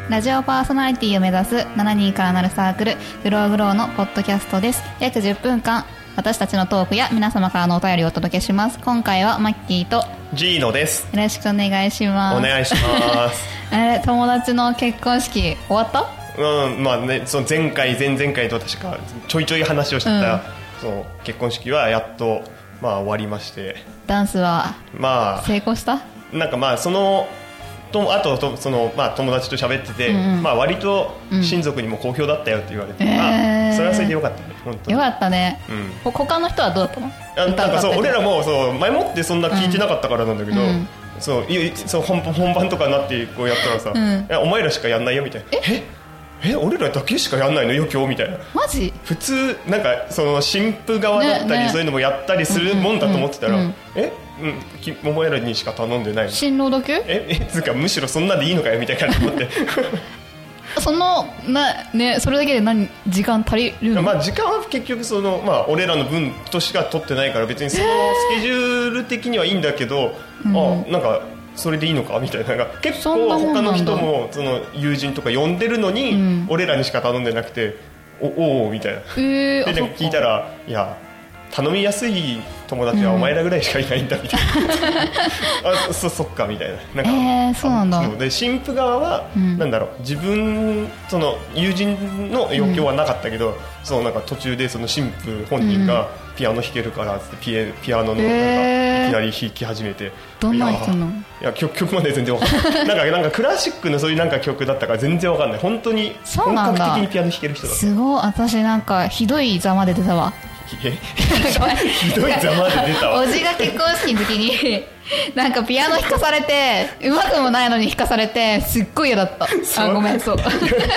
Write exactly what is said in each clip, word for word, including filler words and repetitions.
ラジオパーソナリティを目指すしちにんからなるサークルグローグローのポッドキャストです。約じゅっぷんかん私たちのトークや皆様からのお便りをお届けします。今回はマッキーとジーノです。 よろしくお願いします。 お願いしますあれ、友達の結婚式終わった？ うん、まあね、その前回前々回と確かちょいちょい話をしてた、うん、その結婚式はやっとまあ終わりまして、 ダンスはまあ成功した？ なんかまあそのとあととその、まあ、友達と喋ってて、うんうん、まあ、割と親族にも好評だったよって言われて、うん、あ、それはそれでよかったね。本当によかったね、うん、他の人はどうだったの？ あ、なんかそう俺らもそう前もってそんな聞いてなかったからなんだけど、うん、そうそう 本, 本番とかになってこうやったらさ、うん、いやお前らしかやんないよみたいな。ええ俺らだけしかやんないのよ今日みたいな。 マジ？ 普通なんかその新婦側だったり、ねね、そういうのもやったりするもんだと思ってたら、うんうんうん、えうん、お前らにしか頼んでないの？ 新郎だけ？ ええつうかむしろそんなでいいのかよみたいな感じで思ってそのな、ね、それだけで何時間足りるの？ まあ、時間は結局その、まあ、俺らの分としか取ってないから別にそのスケジュール的にはいいんだけど、うん、あなんかそれでいいのかみたいな。結構他の人もその友人とか呼んでるのに、うん、俺らにしか頼んでなくておおーみたいな、えー、で聞いたらいや頼みやすい友達はお前らぐらいしかいないんだみたいな、うん、あ そ, そっかみたいな。なんか、 えー、そうなんだ。 で新婦側は、うん、なんだろう自分その友人の余興はなかったけど、うん、そのなんか途中でその新婦本人がピアノ弾けるからってピエ、ピアノのなんか、えー、いきなり弾き始めて、 どんな人なの？ いや 曲, 曲まで全然わかんないなんかなんかクラシックのそういうなんか曲だったから全然わかんない。本当に本格的にピアノ弾ける人だった。 すごい。私なんかひどいざまで出たわ。 ひどいざまで出たわ。 おじが結婚式の時になんかピアノ弾かされてうまくもないのに弾かされてすっごい嫌だった。あごめんそう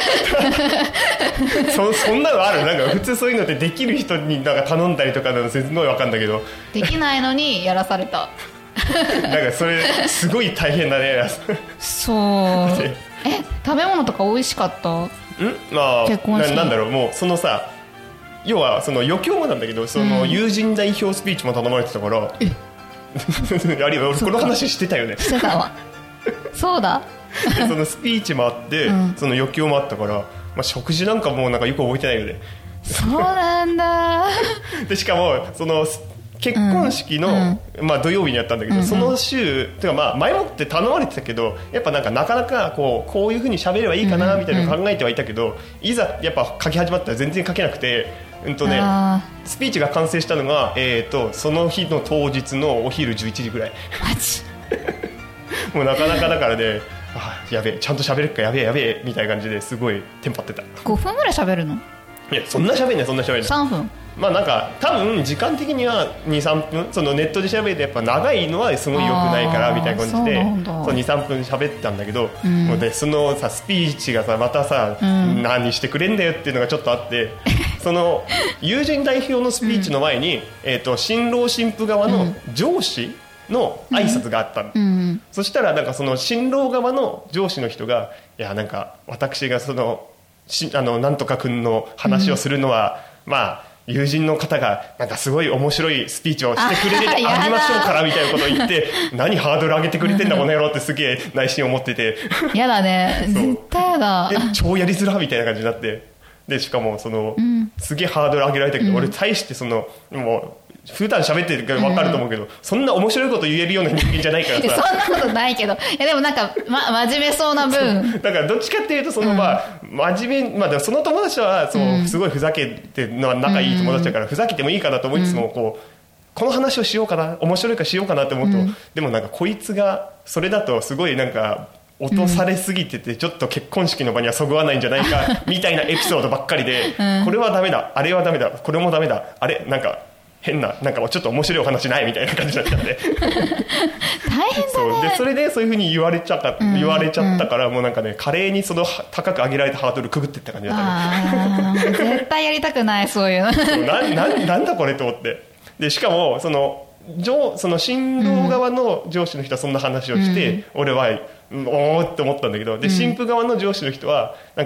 そ, そんなのある？なんか普通そういうのってできる人になんか頼んだりとかなのすごいわかんだけどできないのにやらされたなんかそれすごい大変だねそうえ食べ物とか美味しかった？ん、 まあ、結婚式 な, なんだろうもうそのさ要はその余興もなんだけどその友人代表スピーチも頼まれてたから、うん、あるいは俺この話してたよね。 してたわそうだでそのスピーチもあって、うん、その余興もあったから、まあ、食事なんかもうなんかよく覚えてないよね。 そうなんだでしかもその結婚式の、うんまあ、土曜日にやったんだけど、うんうん、その週てかまあ前もって頼まれてたけどやっぱなんかなかなかこう、こういう風に喋ればいいかなみたいなの考えてはいたけど、うんうん、いざやっぱ書き始まったら全然書けなくて、うんとね、スピーチが完成したのが、えー、とその日の当日のお昼じゅういちじぐらい。 マジもうなかなかだからねあやべえちゃんと喋れるかやべえやべえみたいな感じですごいテンパってた。 ごふんぐらい喋るの？ いやそんな喋んないそんな喋んないさんぷん。 まあなんか多分時間的には にさんぷんそのネットで喋るとやっぱ長いのはすごい良くないからみたいな感じでそう にさんぷん喋ったんだけど、うん、もうでそのさスピーチがさまたさ、うん、何してくれんだよっていうのがちょっとあってその友人代表のスピーチの前に、うんえー、と新郎新婦側の上司の挨拶があったの、うんうん、そしたらなんかその新郎側の上司の人がいやなんか私がそのしあのなんとか君の話をするのは、うん、まあ友人の方がなんかすごい面白いスピーチをしてくれてあげましょうからみたいなことを言って何ハードル上げてくれてんだこの野郎ってすげえ内心思っててやだね絶対やだ超やりづらみたいな感じになってでしかもその、うん、すげえハードル上げられたけど、うん、俺大してそのもう普段喋ってるから分かると思うけど、うん、そんな面白いこと言えるような人間じゃないからさそんなことないけどいやでもなんか、ま、真面目そうな分だからどっちかっていうとその、まあ、真面目、まあ、でもその友達はそう、うん、すごいふざけてるのは仲いい友達だから、うん、ふざけてもいいかなと思いつつも、うん、こうこの話をしようかな面白いかしようかなって思うと、うん、でもなんかこいつがそれだとすごいなんか落とされすぎててちょっと結婚式の場にはそぐわないんじゃないかみたいなエピソードばっかりで、うん、これはダメだあれはダメだこれもダメだあれなんか変ななんかちょっと面白いお話ないみたいな感じになっちゃって大変だねそうでそれでそういう風に言われちゃった、うん、言われちゃったから、もうなんかね華麗にその高く上げられたハードルくぐっていった感じだったね。 絶対やりたくないそういうのそうな な, なんだこれと思ってでしかもその上その新郎側の上司の人はそんな話をして、うん、俺はおーって思ったんだけどで新婦側の上司の人はなんか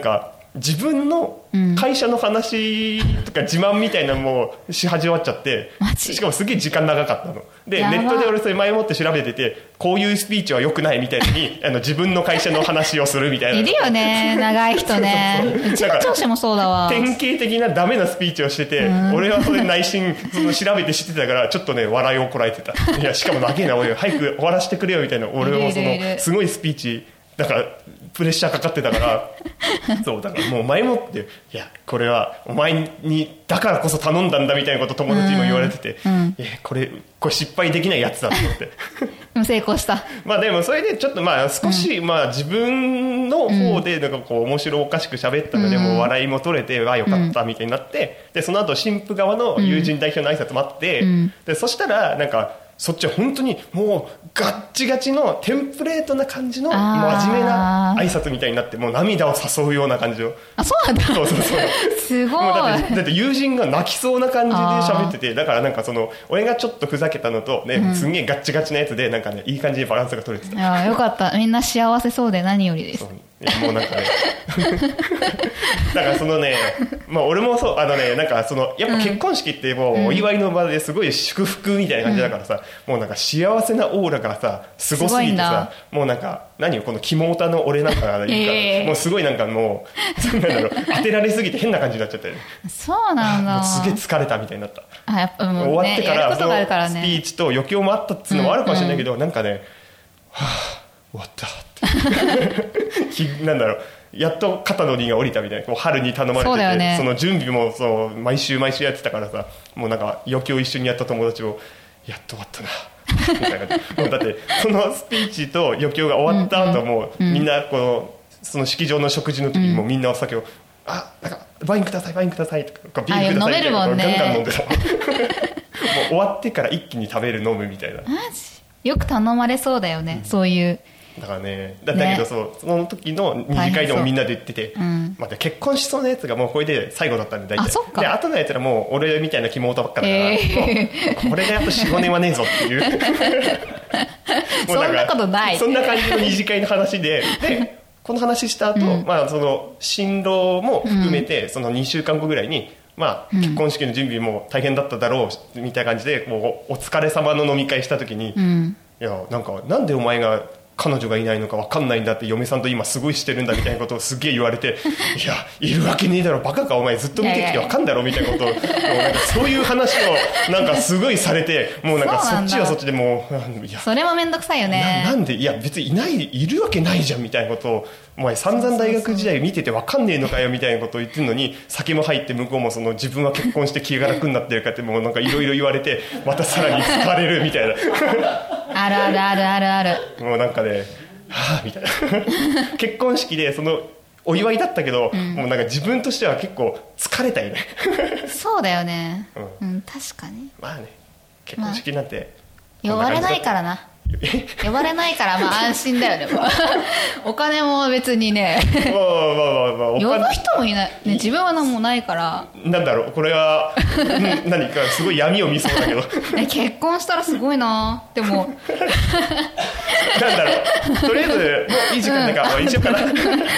自分の会社の話とか自慢みたいなのもし始まっちゃって、しかもすげえ時間長かったので、ネットで俺それ前もって調べてて、こういうスピーチは良くないみたいにあの自分の会社の話をするみたいな。 いるよね長い人ね。うちの上司もそうだわ。 典型的なダメなスピーチをしてて、俺はそれ内心その調べて知ってたからちょっとね笑いをこらえてた。いやしかも長えな俺早く終わらせてくれよみたいな。俺もそのすごいスピーチだからプレッシャーかかってたからそうだからもう前もっていやこれはお前にだからこそ頼んだんだみたいなこと友達にも言われてて、うんうん、いやこれこれ失敗できないやつだと思ってでも成功したまあでもそれでちょっとまあ少し、うん、まあ自分の方でなんかこう面白おかしく喋ったので、うん、もう笑いも取れてわよかったみたいになって、うん、でその後新婦側の友人代表の挨拶もあって、うん、でそしたらなんかそっちは本当にもうガッチガチのテンプレートな感じの真面目な挨拶みたいになって、もう涙を誘うような感じを。 あ、そうなんだ。 そうそうそう。 すごい。 だって、だって友人が泣きそうな感じで喋ってて、だからなんかその俺がちょっとふざけたのとね、うん、すんげえガッチガチなやつでなんかねいい感じにバランスが取れてた。いやよかった。みんな幸せそうで何よりです。 もうなんかねだからそのね、まあ、俺もそうあのねなんかそのやっぱ結婚式ってもうお祝いの場ですごい祝福みたいな感じだからさ、うん、もうなんか幸せなオーラがさすごすぎてさ、もうなんか何よこの肝オタの俺なんかがいいから、えー、もうすごいなんかもうなんだろう当てられすぎて変な感じになっちゃったよね。 そうなんだ。 もうすげえ疲れたみたいになった。 あやっぱもう、ね、 終わってからそのスねピーチと余興もあったっていうのもあるかもしれないけど、うんうん、なんかねはぁ終わったってなんだろうやっと肩の荷が下りたみたいな。こう春に頼まれてて そ,、ね、その準備もそう毎週毎週やってたからさ、もうなんか余興一緒にやった友達をやっと終わったなみたいなもうだってそのスピーチと余興が終わった後も、うんうん、みんなこのその式場の食事の時にもみんなお酒を、うん、あなんかワインくださいワインくださいとかビールくださいとかガンガン飲んでたもう終わってから一気に食べる飲むみたいな。 マジよく頼まれそうだよね、うん、そういうだからね、だ, だけどそう、ね、その時の二次会でもみんなで言ってて、うん、まあ、結婚しそうなやつがもうこれで最後だったんで大体。あ、そっか。で後のやつらもう俺みたいな肝オタばっかだから、えー、これがやっと よん,ご 年はねえぞっていうもうそんなことない。 そんな感じの二次会の話ででこの話した後、うん、まあその新郎も含めてそのにしゅうかんごぐらいに、まあ、結婚式の準備も大変だっただろうみたいな感じでもうお疲れ様の飲み会した時に、うん、いやなんかなんでお前が彼女がいないのか分かんないんだって嫁さんと今すごいしてるんだみたいなことをすげえ言われていやいるわけねえだろバカかお前ずっと見てきて分かんだろみたいなことをもうなんかそういう話をなんかすごいされてもうなんかそっちはそっちでもういやそれもめんどくさいよね。 な, なんでいや別にいないいるわけないじゃんみたいなことをお前散々大学時代見てて分かんねえのかよみたいなことを言ってるのに酒も入って向こうもその自分は結婚して気が楽になってるかってもうなんかいろいろ言われてまたさらに疲れるみたいなあるあるあるあるあるもうなんかねはぁみたいな結婚式でそのお祝いだったけど、うん、もうなんか自分としては結構疲れたよねそうだよね、うんうん、確かにまあね結婚式なんて、 まあ、呼ばれないからな呼ばれないからまあ安心だよねお金も別にねまあまあまあまあ呼ぶ人もいない、ね、自分は何もないからなんだろうこれは何かすごい闇を見そうだけど結婚したらすごいなでもなんだろうとりあえずもういい時間だから終わりにしようかな、はい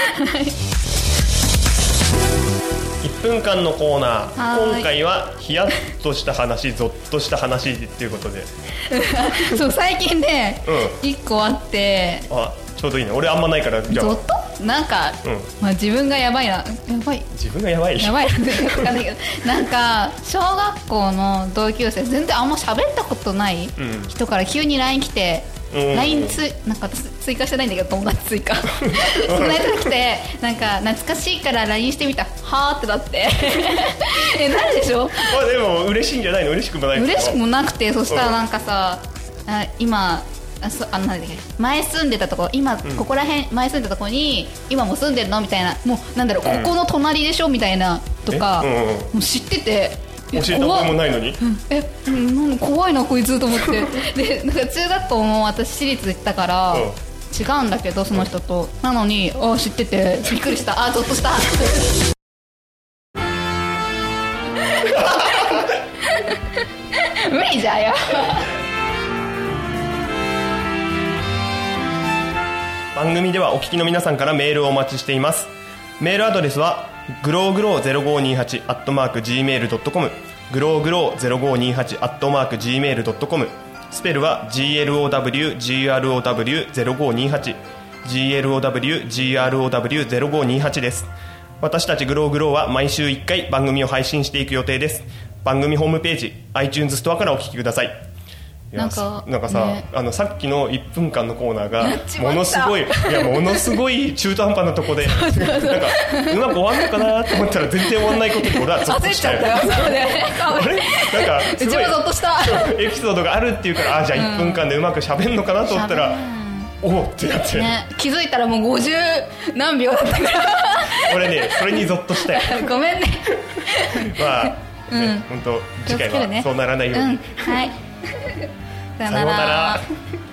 いっぷんかんのコーナー今回はヒヤッとした話ゾッとした話っていうことでそう最近ね、うん、いっこあってあちょうどいいね俺あんまないからじゃあゾッとなんか、うんまあ、自分がやばいなやばい自分がやばいやばいなんか小学校の同級生全然あんま喋ったことない人から急に ライン 来てライン つなんか追加してないんだけど友達追加そのやつが来てなんか懐かしいから ライン してみたはーってなってえなるでしょ。 まあでも嬉しいんじゃないの嬉しくもない嬉しくもなくてそしたらなんかさあ今あそあのなんだっけ前住んでたとこ今、うん、ここら辺前住んでたとこに今も住んでるのみたいなもうなんだろう、うん、ここの隣でしょみたいなとか、うんうんうん、もう知ってて教えたこともないのに、うん、 えなん怖いなこいつと思ってでなんか中学校も私私立行ったから、うん、違うんだけどその人と、うん、なのにあ知っててびっくりしたあゾッとした無理じゃよ番組ではお聞きの皆さんからメールをお待ちしています。メールアドレスはグローグローゼロごにはちアットマーク ジーメールドットコム グローグローゼロごにはちアットマーク ジーメールドットコム スペルは ジーエルオーダブリュージーアールオーダブリューゼロごにはち ジーエルオーダブリュージーアールオーダブリューゼロごにはち です。私たちグローグローは毎週いっかい番組を配信していく予定です。番組ホームページ iTunes ストアからお聞きください。 なんかなんかさ、ね、あのさっきのいっぷんかんのコーナーがものすごいいやものすごい中途半端なとこでなんかうまく終わんのかなと思ったら全然終わんないことに俺はゾッとしたよ。 焦っちゃったよ。そうね。 あれなんかすごいゾッとしたエピソードがあるっていうからあじゃあいっぷんかんでうまく喋るのかなと思ったら、うん、おおってなって、 ね、気づいたらもうごじゅうなんびょうだったから俺ねそれにゾッとしたよ。 ごめんね。 まあ、うんね、本当次回はそうならないように、 うん、はい。さよなら。